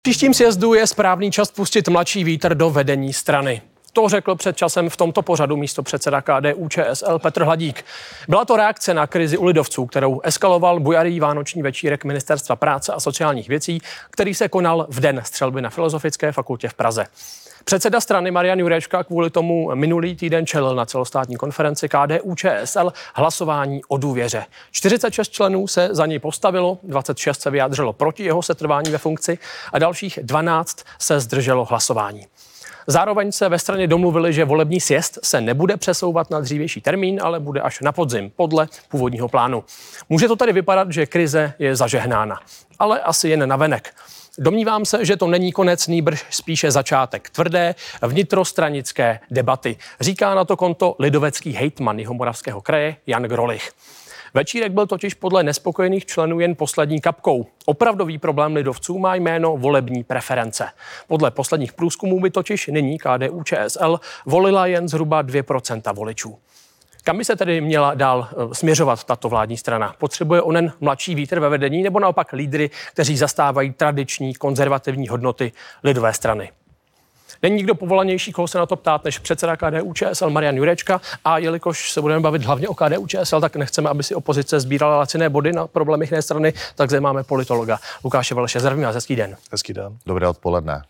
Příštím sjezdu je správný čas pustit mladší vítr do vedení strany. To řekl před časem v tomto pořadu místopředseda KDU-ČSL Petr Hladík. Byla to reakce na krizi u lidovců, kterou eskaloval bujarý vánoční večírek Ministerstva práce a sociálních věcí, který se konal v den střelby na Filozofické fakultě v Praze. Předseda strany Marian Jurečka kvůli tomu minulý týden čelil na celostátní konferenci KDU-ČSL hlasování o důvěře. 46 členů se za něj postavilo, 26 se vyjádřilo proti jeho setrvání ve funkci a dalších 12 se zdrželo hlasování. Zároveň se ve straně domluvili, že volební sjezd se nebude přesouvat na dřívější termín, ale bude až na podzim, podle původního plánu. Může to tady vypadat, že krize je zažehnána, ale asi jen navenek. Domnívám se, že to není konec, nýbrž spíše začátek tvrdé vnitrostranické debaty. Říká na to konto lidovecký hejtman Jihomoravského kraje Jan Grolich. Večírek byl totiž podle nespokojených členů jen poslední kapkou. Opravdový problém lidovců má jméno volební preference. Podle posledních průzkumů by totiž nyní KDU-ČSL volila jen zhruba 2% voličů. Kam by se tedy měla dál směřovat tato vládní strana? Potřebuje onen mladší vítr ve vedení nebo naopak lídry, kteří zastávají tradiční konzervativní hodnoty lidové strany? Není nikdo povolanější, koho se na to ptát, než předseda KDU-ČSL Marian Jurečka, a jelikož se budeme bavit hlavně o KDU-ČSL, tak nechceme, aby si opozice sbírala laciné body na problémech jiné strany, tak zde máme politologa Lukáše Valeše. Zdravím vás, hezký den. Hezký den. Dobré odpoledne.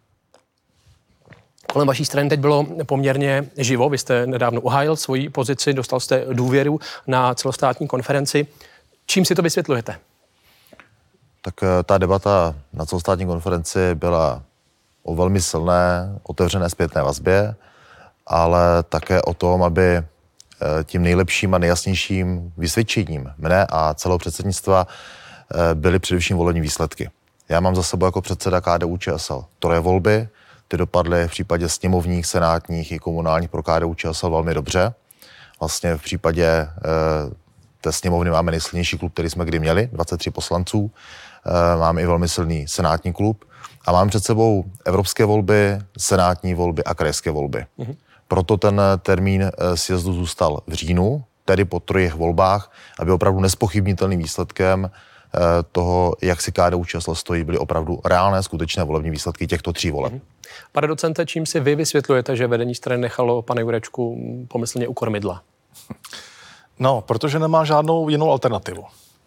Kolem vaší strany teď bylo poměrně živo. Vy jste nedávno uhájil svoji pozici, dostal jste důvěru na celostátní konferenci. Čím si to vysvětlujete? Tak ta debata na celostátní konferenci byla o velmi silné, otevřené zpětné vazbě, ale také o tom, aby tím nejlepším a nejjasnějším vysvědčením mne a celého předsednictva byly především volební výsledky. Já mám za sebou jako předseda KDU-ČSL 3 volby, ty dopadly v případě sněmovních, senátních i komunálních pro KDU-ČSL velmi dobře. Vlastně v případě té sněmovny máme nejsilnější klub, který jsme kdy měli, 23 poslanců. Máme i velmi silný senátní klub. A máme před sebou evropské volby, senátní volby a krajské volby. Proto ten termín sjezdu zůstal v říjnu, tedy po 3 volbách, aby opravdu nespochybnitelným výsledkem toho, jak si KDU-ČSL stojí, byly opravdu reálné, skutečné volební výsledky těchto 3 voleb. Pane docente, čím si vy vysvětlujete, že vedení strany nechalo pane Jurečku pomyslně u kormidla? No, protože nemá žádnou jinou alternativu.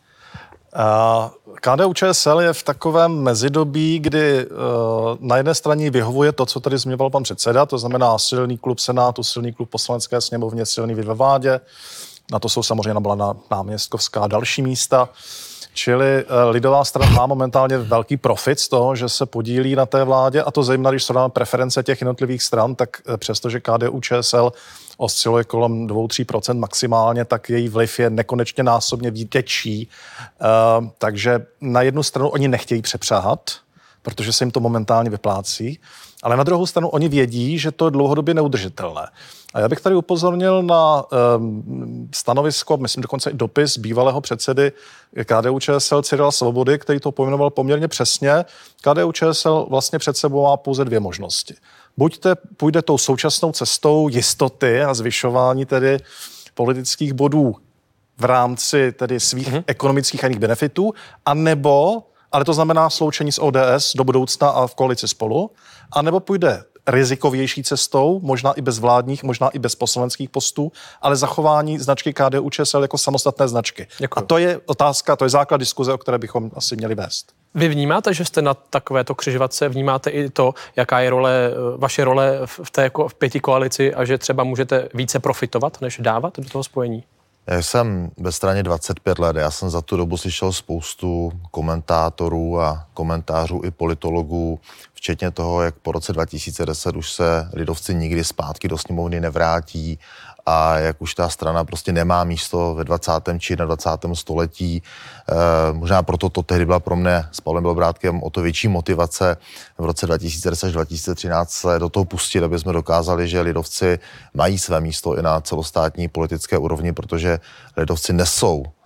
KDU-ČSL je v takovém mezidobí, kdy na jedné straně vyhovuje to, co tady zmiňoval pan předseda, to znamená silný klub Senátu, silný klub Poslanecké sněmovně, silný ve vládě. Na to jsou samozřejmě Nablana, Náměstkovská a další místa. Čili lidová strana má momentálně velký profit z toho, že se podílí na té vládě, a to zejména, když srovnáme preference těch jednotlivých stran, tak přestože KDU-ČSL osciluje kolem 2-3% maximálně, tak její vliv je nekonečně násobně větší. Takže na jednu stranu oni nechtějí přepřáhat, protože se jim to momentálně vyplácí, ale na druhou stranu oni vědí, že to je dlouhodobě neudržitelné. A já bych tady upozornil na stanovisko, myslím dokonce i dopis bývalého předsedy KDU-ČSL Cyrila Svobody, který to pojmenoval poměrně přesně. KDU-ČSL vlastně před sebou má pouze 2 možnosti. Buď půjde tou současnou cestou jistoty a zvyšování tedy politických bodů v rámci tedy svých ekonomických a jiných benefitů, anebo, ale to znamená sloučení s ODS do budoucna a v koalici Spolu, anebo půjde rizikovější cestou, možná i bez vládních, možná i bez poslaneckých postů, ale zachování značky KDU-ČSL jako samostatné značky. Děkuji. A to je otázka, to je základ diskuze, o které bychom asi měli vést. Vy vnímáte, že jste na takovéto křižovatce, vnímáte i to, jaká je vaše role v pětikoalici a že třeba můžete více profitovat, než dávat do toho spojení? Já jsem ve straně 25 let, já jsem za tu dobu slyšel spoustu komentátorů a komentářů i politologů, včetně toho, jak po roce 2010 už se lidovci nikdy zpátky do sněmovny nevrátí a jak už ta strana prostě nemá místo ve 20. či 21. století. Možná proto to tehdy byla pro mne s Pavlem Bělobrádkem o to větší motivace v roce 2010 až 2013 se do toho pustit, aby jsme dokázali, že lidovci mají své místo i na celostátní politické úrovni, protože lidovci nesou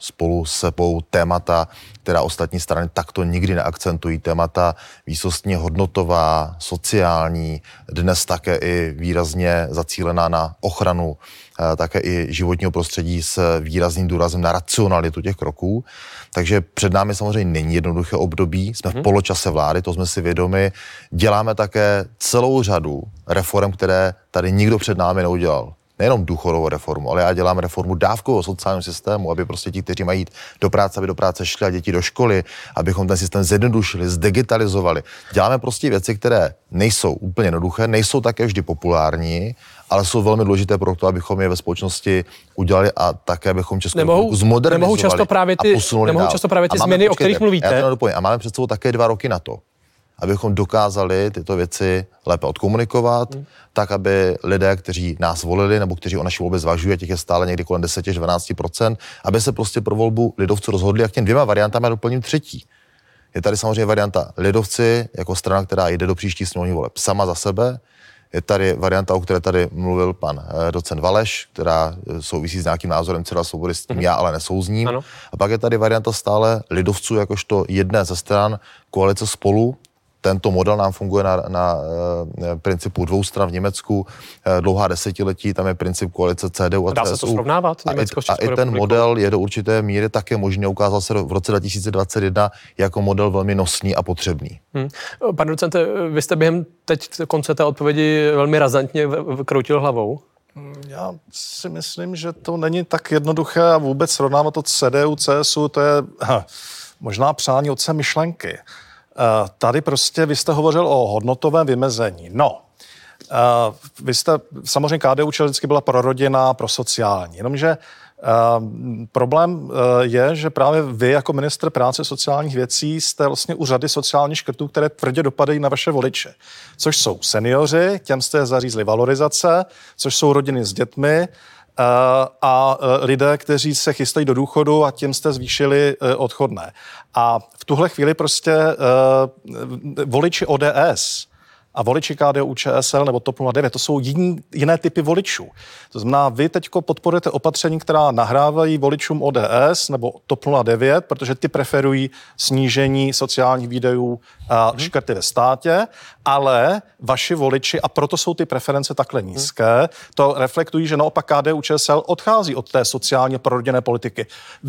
spolu s sebou témata, která ostatní strany takto nikdy neakcentují. Témata výsostně hodnotová, sociální, dnes také i výrazně zacílená na ochranu, také i životního prostředí s výrazným důrazem na racionalitu těch kroků. Takže před námi samozřejmě není jednoduché období, jsme v poločase vlády, to jsme si vědomi. Děláme také celou řadu reform, které tady nikdo před námi neudělal. Nejenom důchodovou reformu, ale já dělám reformu dávkového sociálního systému, aby prostě ti, kteří mají jít do práce, aby do práce šli a děti do školy, abychom ten systém zjednodušili, zdigitalizovali. Děláme prostě věci, které nejsou úplně jednoduché, nejsou také vždy populární, ale jsou velmi důležité pro to, abychom je ve společnosti udělali a také abychom Českou republiku zmodernizovali. Nemohou často právě ty změny, o kterých mluvíte. A máme před sebou také 2 roky na to, abychom dokázali tyto věci lépe odkomunikovat, tak aby lidé, kteří nás volili nebo kteří o naší volbě zvažují, těch je stále někdy kolem 10 až 12%, aby se prostě pro volbu lidovců rozhodli, jak těm 2 variantami doplním 3. Je tady samozřejmě varianta lidovci jako strana, která jde do příští sněmovních voleb sama za sebe. Je tady varianta, o které tady mluvil pan docent Valeš, která souvisí s nějakým názorem Cyrila Svobody, s tím já ale nesouzním. Ano. A pak je tady varianta stále lidovců, jakožto jedné ze stran koalice Spolu. Tento model nám funguje na principu 2 stran v Německu dlouhá desetiletí, tam je princip koalice CDU a CSU. Dá se to srovnávat Německo s Českou republikou. A i ten model je do určité míry také možný, ukázal se v roce 2021 jako model velmi nosný a potřebný. Pane docente, vy jste během teď konce té odpovědi velmi razantně kroutil hlavou. Já si myslím, že to není tak jednoduché a vůbec srovnávat to CDU, CSU, to je možná přání otce myšlenky. Tady prostě, vy jste hovořil o hodnotovém vymezení. No, vy jste, samozřejmě KDU vždycky byla prorodinná, prosociální, jenomže problém je, že právě vy jako ministr práce sociálních věcí jste vlastně u řady sociálních škrtů, které tvrdě dopadají na vaše voliče. Což jsou seniori, těm jste zařízli valorizace, což jsou rodiny s dětmi, a lidé, kteří se chystají do důchodu a tím jste zvýšili odchodné. A v tuhle chvíli prostě voliči ODS a voliči KDU, ČSL nebo TOP 09, to jsou jiné typy voličů. To znamená, vy teďko podporujete opatření, která nahrávají voličům ODS nebo TOP 09, protože ty preferují snížení sociálních výdajů a škrty ve státě, ale vaši voliči, a proto jsou ty preference takhle nízké, to reflektují, že naopak KDU, ČSL odchází od té sociálně prorodinné politiky.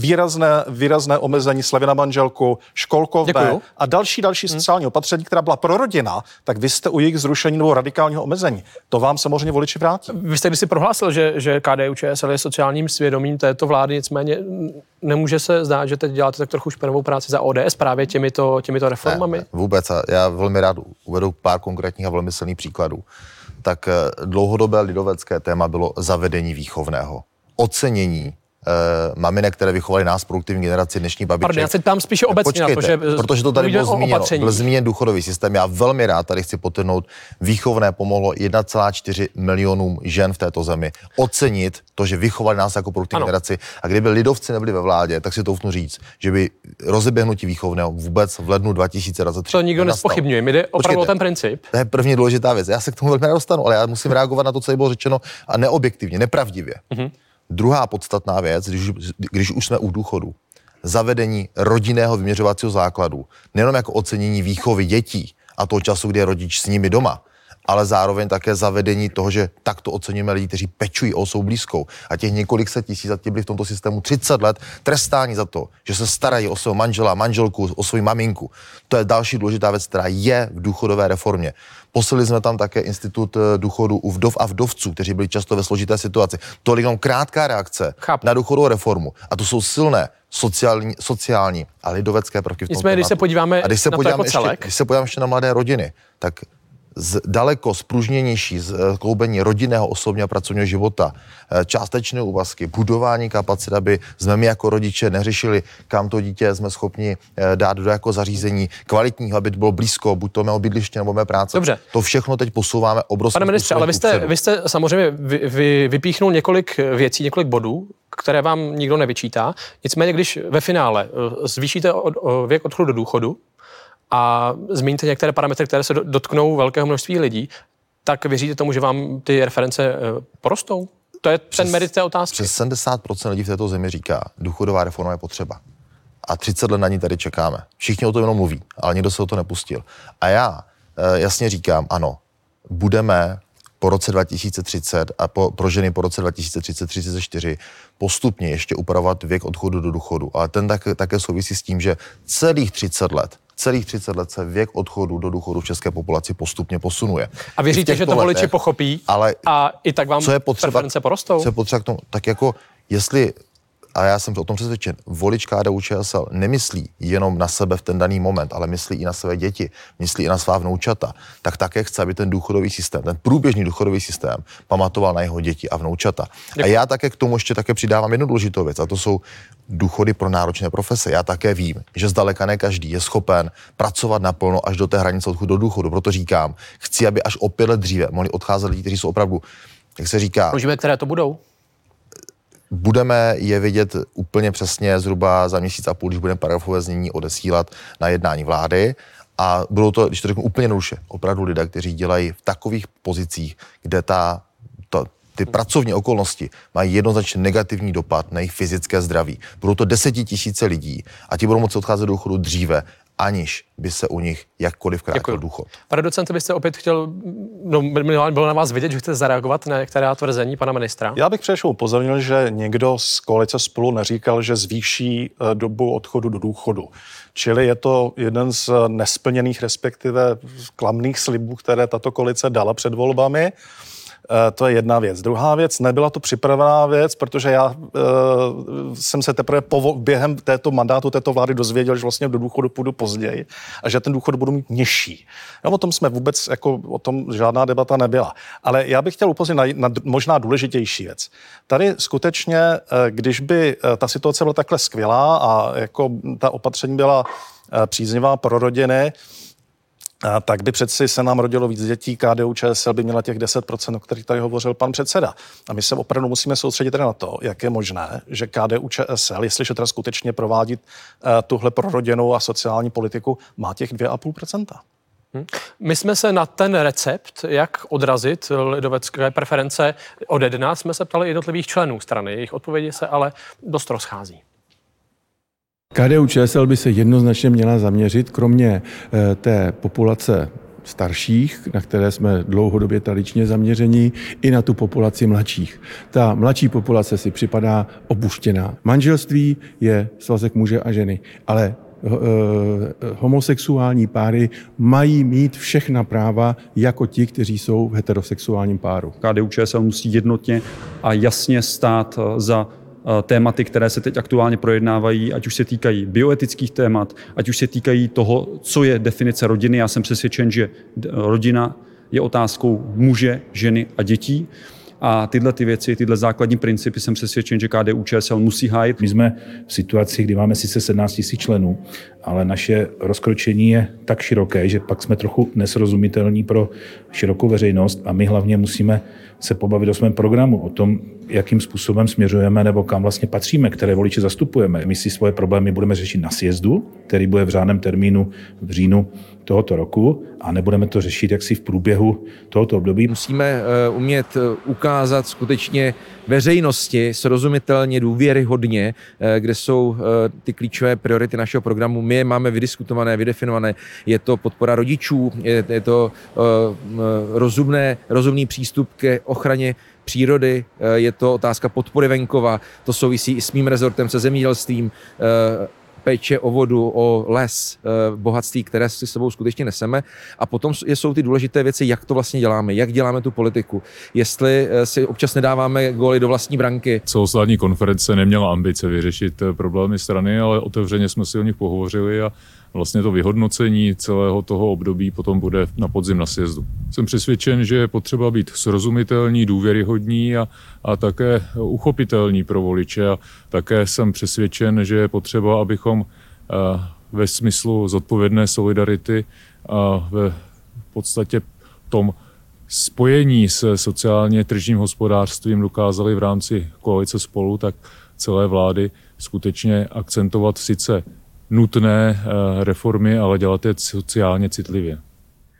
Výrazné omezení slevy na manželku, školkovné a další sociální opatření, která byla prorodina, tak vy jste u jejich zrušení nebo radikálního omezení. To vám samozřejmě voliči vrátí. Vy jste kdysi prohlásil, že KDU ČSL je sociálním svědomím této vlády, nicméně nemůže se zdát, že teď děláte tak trochu špinavou práci za ODS právě těmito reformami? Ne, vůbec. A já velmi rád uvedu pár konkrétních a velmi silných příkladů. Tak dlouhodobé lidovecké téma bylo zavedení výchovného. Ocenění maminek, které vychovaly nás, produktivní generaci, dnešní babiček. Pardon, já se ptám spíše obecně na to, že protože to tady byl zmíněn důchodový systém. Já velmi rád tady chci podtrhnout, výchovné pomohlo 1,4 milionům žen v této zemi. Ocenit to, že vychovali nás jako produktivní generaci. A kdyby lidovci nebyli ve vládě, tak si toufnu říct, že by rozeběhnutí výchovného vůbec v lednu 2023 to nikdo nespochybňuje. Mi jde opravdu o ten princip. To je první důležitá věc. Já se k tomu velmi nedostanu, ale já musím reagovat na to, co bylo řečeno a neobjektivně, nepravdivě. Druhá podstatná věc, když už jsme u důchodu, zavedení rodinného vyměřovacího základu, nejenom jako ocenění výchovy dětí a toho času, kdy je rodič s nimi doma, ale zároveň také zavedení toho, že takto oceňujeme lidi, kteří pečují o svou blízkou. A těch několik set tisíc, a ti byli v tomto systému 30 let trestáni za to, že se starají o svého manžela, manželku, o svou maminku. To je další důležitá věc, která je v důchodové reformě. Posílili jsme tam také institut důchodu u vdov a vdovců, kteří byli často ve složité situaci. To je jenom krátká reakce na důchodovou reformu. A to jsou silné sociální a lidovecké prvky v tom. Nicméně, když se podíváme na to jako celek. Když se podíváme ještě na mladé rodiny, tak daleko zpružněnější skloubení rodinného, osobního a pracovního života, částečné úvazky, budování kapacit, aby jsme my jako rodiče neřešili, kam to dítě jsme schopni dát do jako zařízení kvalitního, aby to bylo blízko, buď to mého bydliště nebo mé práce. Dobře. To všechno teď posouváme obrovským. Pane ministře, ale vy jste samozřejmě vypíchnul několik věcí, několik bodů, které vám nikdo nevyčítá. Nicméně, když ve finále zvýšíte věk odchodu do důchodu, a zmíníte některé parametry, které se dotknou velkého množství lidí, tak věříte tomu, že vám ty reference porostou? To je ten merit té otázky. Přes 70% lidí v této zemi říká, důchodová reforma je potřeba. A 30 let na ní tady čekáme. Všichni o tom jenom mluví, ale nikdo se o to nepustil. A já jasně říkám, ano, budeme po roce 2030 a pro ženy po roce 2030-34 postupně ještě upravovat věk odchodu do důchodu. Ale ten také souvisí s tím, že celých 30 let se věk odchodu do důchodu v české populaci postupně posunuje. A věříte, že to voliči pochopí a i tak vám preference porostou? Co je potřeba k tomu? Tak jako jestli, a já jsem o tom přesvědčen, volič KDU-ČSL nemyslí jenom na sebe v ten daný moment, ale myslí i na své děti, myslí i na svá vnoučata, tak také chce, aby ten důchodový systém, ten průběžný důchodový systém pamatoval na jeho děti a vnoučata. Děkuji. A já také k tomu ještě také přidávám jednu důležitou věc, a to jsou důchody pro náročné profese. Já také vím, že zdaleka ne každý je schopen pracovat naplno až do té hranice odchodu do důchodu. Proto říkám, chci, aby až o 5 let dříve mohli odcházet lidi, kteří jsou opravdu, jak se říká, které to budou? Budeme je vědět úplně přesně zhruba za měsíc a půl, když budeme paragrafové znění odesílat na jednání vlády. A budou to, když to řeknu úplně jednoduše, opravdu lidé, kteří dělají v takových pozicích, kde ty pracovní okolnosti mají jednoznačně negativní dopad na jejich fyzické zdraví. Budou to 10 000 lidí a ti budou moci odcházet do důchodu dříve, aniž by se u nich jakkoliv krátil důchod. Pane docente, byste opět chtěl, bylo na vás vidět, že chcete zareagovat na některá tvrzení pana ministra? Já bych především upozornil, že někdo z koalice Spolu neříkal, že zvýší dobu odchodu do důchodu. Čili je to jeden z nesplněných, respektive klamných slibů, které tato koalice dala před volbami. To je jedna věc. Druhá věc, nebyla to připravená věc, protože já jsem se teprve během této mandátu této vlády dozvěděl, že vlastně do důchodu půjdu později a že ten důchod budu mít nižší. No, o tom jsme vůbec, o tom žádná debata nebyla. Ale já bych chtěl upozornit na možná důležitější věc. Tady skutečně, když by ta situace byla takhle skvělá a jako ta opatření byla příznivá pro rodiny, tak by přeci se nám rodilo víc dětí, KDU-ČSL by měla těch 10%, o kterých tady hovořil pan předseda. A my se opravdu musíme soustředit tedy na to, jak je možné, že KDU-ČSL, jestliže teda skutečně provádí tuhle prorodinnou a sociální politiku, má těch 2,5%. My jsme se na ten recept, jak odrazit lidovecké preference ode dna, jsme se ptali jednotlivých členů strany. Jejich odpovědi se ale dost rozchází. KDU-ČSL by se jednoznačně měla zaměřit, kromě té populace starších, na které jsme dlouhodobě tradičně zaměření, i na tu populaci mladších. Ta mladší populace si připadá opuštěná. Manželství je svazek muže a ženy, ale homosexuální páry mají mít všechna práva jako ti, kteří jsou v heterosexuálním páru. KDU-ČSL musí jednotně a jasně stát za tématy, které se teď aktuálně projednávají, ať už se týkají bioetických témat, ať už se týkají toho, co je definice rodiny. Já jsem přesvědčen, že rodina je otázkou muže, ženy a dětí. A tyhle ty věci, tyhle základní principy jsem přesvědčen, že KDU-ČSL musí hájit. My jsme v situaci, kdy máme sice 17 000 členů, ale naše rozkročení je tak široké, že pak jsme trochu nesrozumitelní pro širokou veřejnost a my hlavně musíme se pobavit o svém programu, o tom, jakým způsobem směřujeme nebo kam vlastně patříme, které voliče zastupujeme. My si svoje problémy budeme řešit na sjezdu, který bude v řádném termínu v říjnu tohoto roku a nebudeme to řešit jaksi v průběhu tohoto období. Musíme umět ukázat skutečně veřejnosti srozumitelně, důvěryhodně, kde jsou ty klíčové priority našeho programu. My je máme vydiskutované, vydefinované. Je to podpora rodičů, je to rozumný přístup ke ochraně přírody, je to otázka podpory venkova, to souvisí i s mým rezortem, se zemědělstvím, péče o vodu, o les, bohatství, které si s sebou skutečně neseme. A potom jsou ty důležité věci, jak to vlastně děláme, jak děláme tu politiku. Jestli si občas nedáváme góly do vlastní branky. Celostátní konference neměla ambice vyřešit problémy strany, ale otevřeně jsme si o nich pohovořili a vlastně to vyhodnocení celého toho období potom bude na podzim na sjezdu. Jsem přesvědčen, že je potřeba být srozumitelný, důvěryhodný a také uchopitelný pro voliče. A také jsem přesvědčen, že je potřeba, abychom ve smyslu zodpovědné solidarity a v podstatě tom spojení se sociálně tržním hospodářstvím dokázali v rámci koalice Spolu, tak celé vlády skutečně akcentovat sice nutné reformy, ale dělat je sociálně citlivě.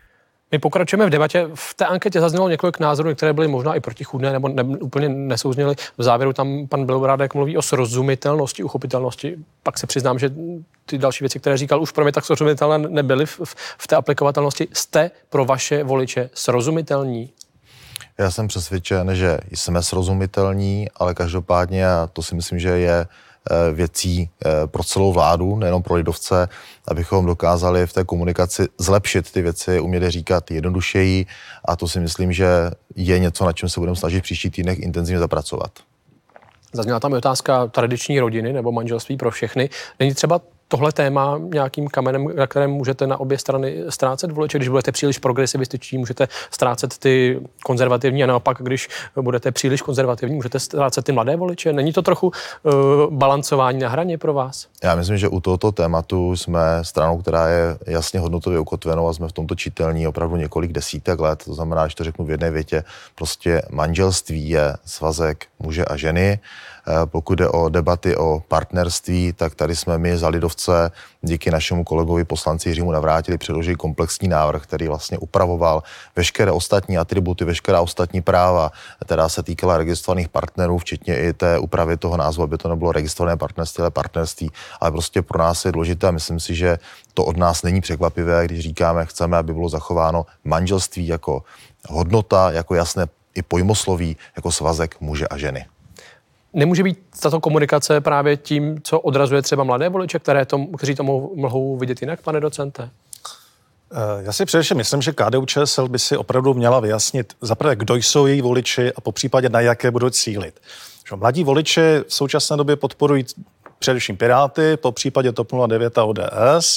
My pokračujeme v debatě. V té anketě zaznělo několik názorů, které byly možná i protichůdné nebo úplně nesouzněly. V závěru tam pan Bělobrádek mluví o srozumitelnosti, uchopitelnosti. Pak se přiznám, že ty další věci, které říkal, už pro mě tak srozumitelné nebyly v té aplikovatelnosti. Jste pro vaše voliče srozumitelní? Já jsem přesvědčen, že jsme srozumitelní, ale každopádně, a to si myslím, že je věcí pro celou vládu, nejenom pro lidovce, abychom dokázali v té komunikaci zlepšit ty věci, uměli říkat jednodušeji, a to si myslím, že je něco, na čem se budeme snažit v příštích týdnech intenzivně zapracovat. Zazněla tam i otázka tradiční rodiny nebo manželství pro všechny. Není třeba tohle téma nějakým kamenem, na kterém můžete na obě strany ztrácet voliče? Když budete příliš progresivističní, můžete ztrácet ty konzervativní, a naopak, když budete příliš konzervativní, můžete ztrácet ty mladé voliče? Není to trochu balancování na hraně pro vás? Já myslím, že u tohoto tématu jsme stranou, která je jasně hodnotově ukotvenou, a jsme v tomto čitelní opravdu několik desítek let. To znamená, že to řeknu v jedné větě, prostě manželství je svazek muže a ženy. Pokud jde o debaty o partnerství, tak tady jsme my za lidovce díky našemu kolegovi poslanci Jiřímu Navrátili předložili komplexní návrh, který vlastně upravoval veškeré ostatní atributy, veškerá ostatní práva, která se týkala registrovaných partnerů, včetně i té úpravy toho názvu, aby to nebylo registrované partnerství, ale partnerství. Ale prostě pro nás je důležité, myslím si, že to od nás není překvapivé, když říkáme, chceme, aby bylo zachováno manželství jako hodnota, jako jasné i pojmosloví, jako svazek muže a ženy. Nemůže být tato komunikace právě tím, co odrazuje třeba mladé voliče, kteří to mohou vidět jinak, pane docente? Já si především myslím, že KDU-ČSL by si opravdu měla vyjasnit zaprvé, kdo jsou její voliči a popřípadě na jaké budou cílit. Mladí voliči v současné době podporují především Piráty, popřípadě TOP 09 a ODS.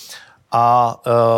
A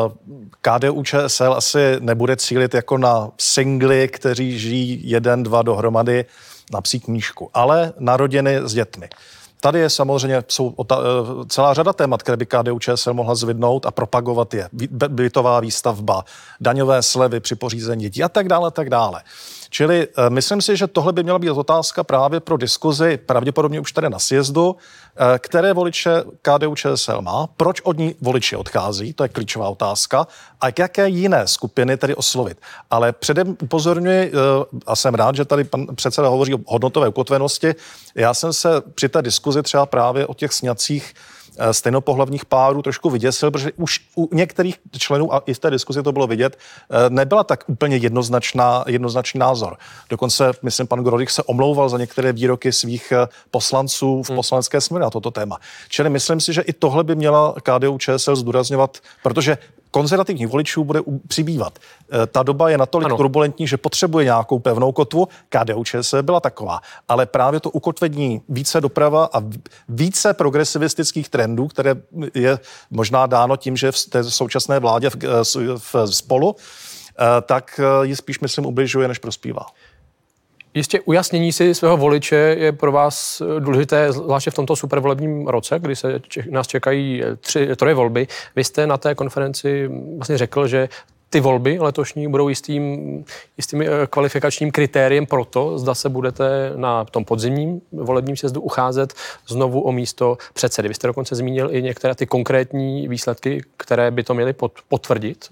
KDU-ČSL asi nebude cílit jako na singly, kteří žijí 1-2 dohromady na psí knížku, ale na rodiny s dětmi. Tady je samozřejmě celá řada témat, které by KDU-ČSL mohla zvednout a propagovat je. Bytová výstavba, daňové slevy při pořízení dětí a tak dále, tak dále. Čili myslím si, že tohle by měla být otázka právě pro diskuzi, pravděpodobně už tady na sjezdu, které voliče KDU-ČSL má, proč od ní voliči odchází, to je klíčová otázka, a jaké jiné skupiny tedy oslovit. Ale předem upozorňuji, a jsem rád, že tady pan předseda hovoří o hodnotové ukotvenosti, já jsem se při té diskuzi třeba právě o těch sňatcích stejnopohlavních párů trošku vyděsil, protože už u některých členů, a i v té diskuzi to bylo vidět, nebyla tak úplně jednoznačný názor. Dokonce, myslím, pan Grolich se omlouval za některé výroky svých poslanců v poslanecké sněmovně na toto téma. Čili myslím si, že i tohle by měla KDU-ČSL zdůrazňovat, protože konzervativních voličů bude přibývat. Ta doba je natolik turbulentní, že potřebuje nějakou pevnou kotvu. KDU-ČSL byla taková. Ale právě to ukotvení více doprava a více progresivistických trendů, které je možná dáno tím, že v té současné vládě v Spolu, tak ji spíš, myslím, ubližuje, než prospívá. Jistě ujasnění si svého voliče je pro vás důležité, zvláště v tomto supervolebním roce, kdy nás čekají 3 volby. Vy jste na té konferenci vlastně řekl, že ty volby letošní budou jistým kvalifikačním kritériem pro to, zda se budete na tom podzimním volebním sjezdu ucházet znovu o místo předsedy. Vy jste dokonce zmínil i některé ty konkrétní výsledky, které by to měly potvrdit.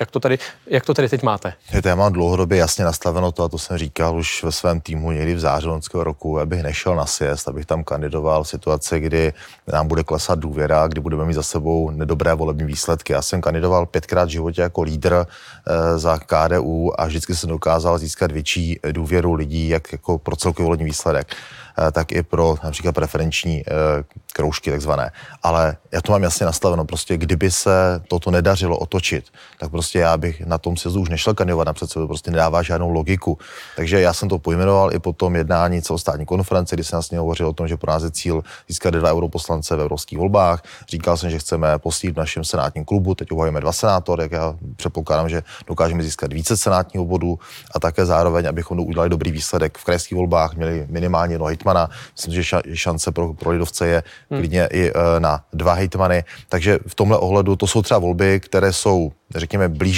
Jak to tady teď máte? Já mám dlouhodobě jasně nastaveno to, a to jsem říkal už ve svém týmu někdy v září loňského roku, abych nešel na sjezd, abych tam kandidoval v situaci, kdy nám bude klesat důvěra, kdy budeme mít za sebou nedobré volební výsledky. Já jsem kandidoval 5krát v životě jako lídr za KDU a vždycky jsem dokázal získat větší důvěru lidí, jak jako pro celkový volební výsledek, tak i pro například preferenční kroužky takzvané. Ale já to mám jasně nastaveno, prostě kdyby se toto nedařilo otočit, tak prostě já bych na tom sjezdu už nešel kandidovat na předsedu, prostě nedává žádnou logiku. Takže já jsem to pojmenoval i po tom jednání celostátní konference, kdy jsem vlastně hovořil o tom, že pro nás je cíl získat 2 europoslance v evropských volbách. Říkal jsem, že chceme posílit v našem senátním klubu, teď uvajíme 2 senátory, jak já předpokládám, že dokážeme získat více senátních obvodů a také zároveň, abychom udělali dobrý výsledek v krajských volbách, měli minimálně 1 hejtmana. Myslím, že šance pro lidovce je klidně i na 2 hejtmany. Takže v tomhle ohledu to jsou třeba volby, které jsou, řekněme, blíže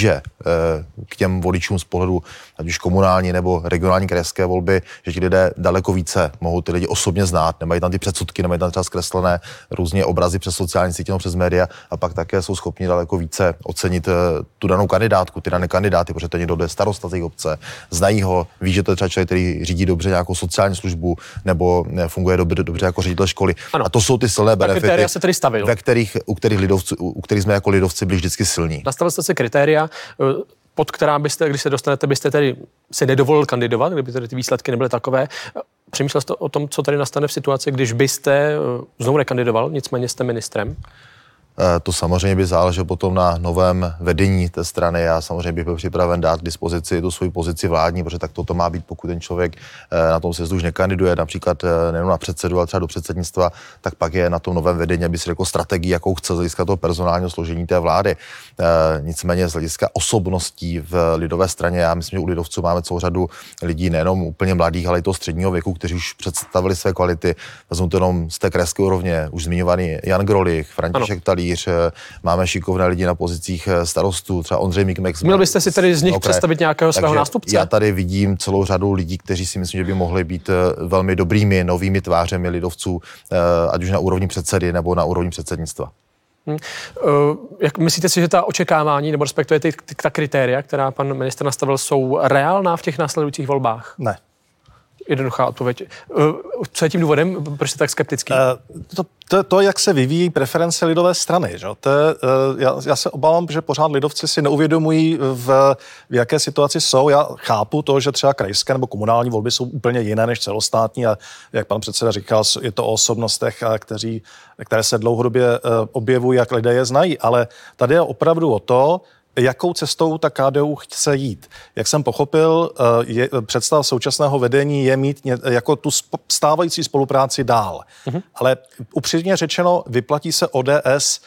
k těm voličům z pohledu ať už komunální nebo regionální krajské volby, že ti lidé daleko více mohou ty lidi osobně znát, nemají tam ty předsudky, nemají tam třeba zkreslené různě obrazy přes sociální sítě nebo přes média a pak také jsou schopni daleko více ocenit tu danou kandidátku, ty dané kandidáty, protože to někdo je starosta té obce, znají ho, ví, že to je třeba člověk, který řídí dobře nějakou sociální službu nebo funguje dobře jako ředitel školy. Ano. A to jsou ty silné benefity, se tedy stavil. u kterých jsme jako lidovci byli vždycky silní. Nastavil jste si kritéria, pod která byste, když se dostanete, byste tedy si nedovolil kandidovat, kdyby tedy ty výsledky nebyly takové. Přemýšlel jste o tom, co tady nastane v situaci, když byste znovu nekandidoval, nicméně jste ministrem? To samozřejmě by záleželo potom na novém vedení té strany. Já samozřejmě bych byl připraven dát k dispozici tu svoji pozici vládní, protože tak to má být, pokud ten člověk na tom sjezdu už nekandiduje, například nejenom na předsedu, ale třeba do předsednictva, tak pak je na tom novém vedení, aby si řekl strategii, jakou chce z hlediska toho personálního složení té vlády. Nicméně z hlediska osobností v lidové straně, já myslím, že u lidovců máme celou řadu lidí, nejenom úplně mladých, ale i toho středního věku, kteří už představili své kvality. Vezmu to jenom z té krajské úrovně, už zmiňovaný Jan Grolich, František Talíř, máme šikovné lidi na pozicích starostů, třeba Ondřej Mikmek. Měl byste si tedy z nich představit nějakého svého nástupce? Já tady vidím celou řadu lidí, kteří si myslím, že by mohli být velmi dobrými novými tvářemi lidovců, ať už na úrovni předsedy nebo na úrovni předsednictva. Jak myslíte si, že ta očekávání, nebo respektive ta kritéria, která pan ministr nastavil, jsou reálná v těch následujících volbách? Ne. Jednoduchá odpověď. Co je tím důvodem? Proč jste tak skeptický? To, jak se vyvíjí preference lidové strany. Že? Já se obávám, že pořád lidovci si neuvědomují, v jaké situaci jsou. Já chápu to, že třeba krajské nebo komunální volby jsou úplně jiné než celostátní a jak pan předseda říkal, je to o osobnostech, které se dlouhodobě objevují, jak lidé je znají. Ale tady je opravdu o to, jakou cestou ta KDU chce jít. Jak jsem pochopil, představa současného vedení je mít jako tu stávající spolupráci dál. Ale upřímně řečeno, vyplatí se ODS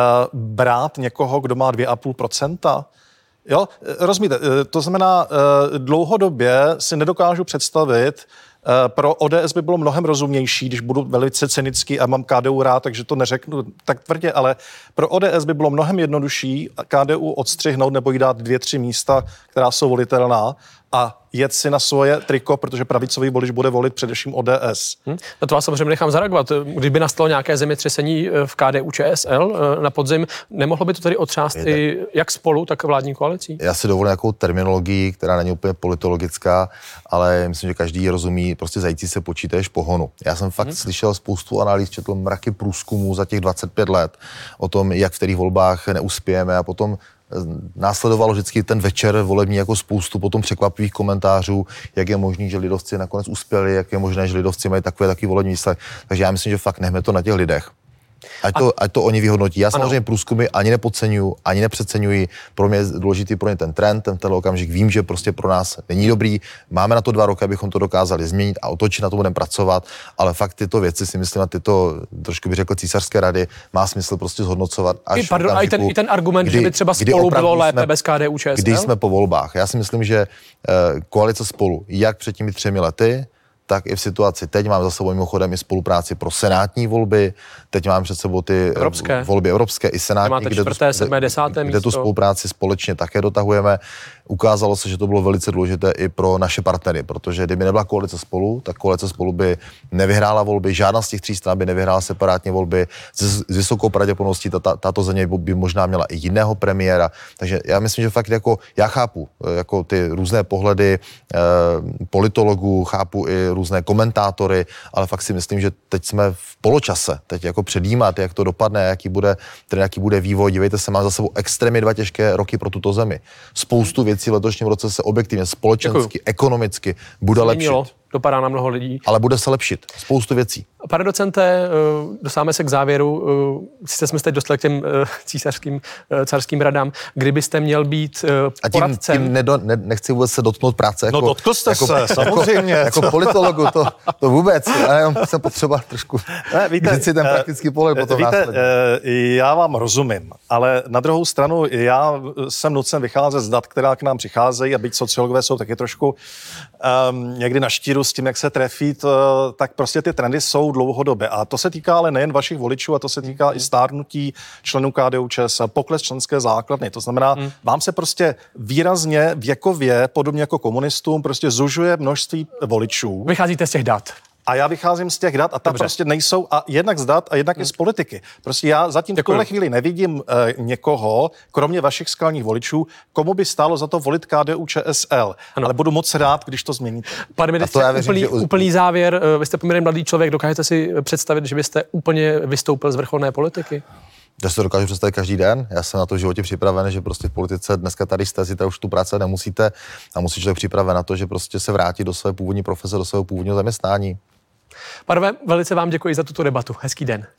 brát někoho, kdo má 2,5%? Jo, rozumíte, to znamená, dlouhodobě si nedokážu představit, pro ODS by bylo mnohem rozumnější, když budu velice cynický a mám KDU rád, takže to neřeknu tak tvrdě, ale pro ODS by bylo mnohem jednodušší KDU odstřihnout nebo jí dát 2-3 místa, která jsou volitelná a jet si na svoje triko, protože pravicový volič bude volit především ODS. Na to vás samozřejmě nechám zareagovat. Kdyby nastalo nějaké zemětřesení v KDU ČSL na podzim, nemohlo by to tedy otřást i jak spolu, tak vládní koalicí? Já si dovolím nějakou terminologii, která není úplně politologická, ale myslím, že každý rozumí prostě zající se počítač pohonu. Já jsem fakt slyšel spoustu analýz, četl mraky průzkumů za těch 25 let o tom, jak v kterých volbách neuspějeme a potom následovalo vždycky ten večer volební jako spoustu potom překvapivých komentářů, jak je možný, že lidovci nakonec uspěli, jak je možné, že lidovci mají takový volební výsledek. Takže já myslím, že fakt nechme to na těch lidech. Ať to oni vyhodnotí. Já samozřejmě průzkumy ani nepodceňuji, ani nepřeceňuji. Pro mě je důležitý ten trend, ten okamžik. Vím, že prostě pro nás není dobrý. Máme na to 2 roky, abychom to dokázali změnit a otočit, na to budeme pracovat, ale fakt tyto věci si myslím, a tyto, trošku bych řekl, císařské rady, má smysl prostě zhodnocovat až i ten argument, že by třeba Spolu bylo lépe bez KDU ČSL? Když jsme po volbách. Já si myslím, že koalice Spolu, jak před těmi 3 lety, tak i v situaci teď máme za sebou mimochodem i spolupráci pro senátní volby, teď máme před sebou ty volby evropské i senátní, kde tu spolupráci společně také dotahujeme. Ukázalo se, že to bylo velice důležité i pro naše partnery, protože kdyby nebyla koalice Spolu, tak koalice Spolu by nevyhrála volby, žádná z těch 3 stran by nevyhrála separátně volby, s vysokou pravděpodobností tato země by možná měla i jiného premiéra, takže já myslím, že fakt jako já chápu jako ty různé pohledy politologů, chápu i různé komentátory, ale fakt si myslím, že teď jsme v poločase, teď jako předjímat, jak to dopadne, jaký bude vývoj. Dívejte se, máme za sebou extrémně 2 těžké roky pro tuto zemi. Spoustu věcí v letošním roce se objektivně, společensky, ekonomicky bude lepšit. Dopadá na mnoho lidí. Ale bude se lepšit. Spoustu věcí. Pane docente, dostáváme se k závěru. Sice jsme se teď dostali k těm carským radám. Kdybyste měl být poradcem... A tím nechci vůbec se dotknout práce. Jako, dotkl jste se, samozřejmě. Jako politologu, to vůbec. Já jsem potřeba trošku víte, si ten praktický pohled potom následně. Já vám rozumím, ale na druhou stranu já jsem nucen vycházet z dat, která k nám přicházejí, a byť sociologové jsou taky trošku někdy na štíru, míru s tím, jak se trefí, tak prostě ty trendy jsou dlouhodobé. A to se týká ale nejen vašich voličů, a to se týká i stárnutí členů KDU-ČSL, pokles členské základny. To znamená, vám se prostě výrazně věkově, podobně jako komunistům, prostě zužuje množství voličů. Vycházíte z těch dat. A já vycházím z těch dat a ta prostě nejsou, a jednak z dat a jednak i z politiky. Prostě já zatím v tuhle chvíli nevidím někoho, kromě vašich skalních voličů, komu by stálo za to volit KDU-ČSL. Ale budu moc rád, když to změníte. Pane ministře, úplný závěr. Vy jste poměrně mladý člověk, dokážete si představit, že byste úplně vystoupil z vrcholné politiky? Já si to dokážu představit každý den. Já jsem na to v životě připraven, že prostě v politice dneska tady jste, zítra už tu práci nemusíte a musí člověk připraven na to, že prostě se vrátí do své původní profese, do svého původního zaměstnání. Pánové, velice vám děkuji za tuto debatu. Hezký den.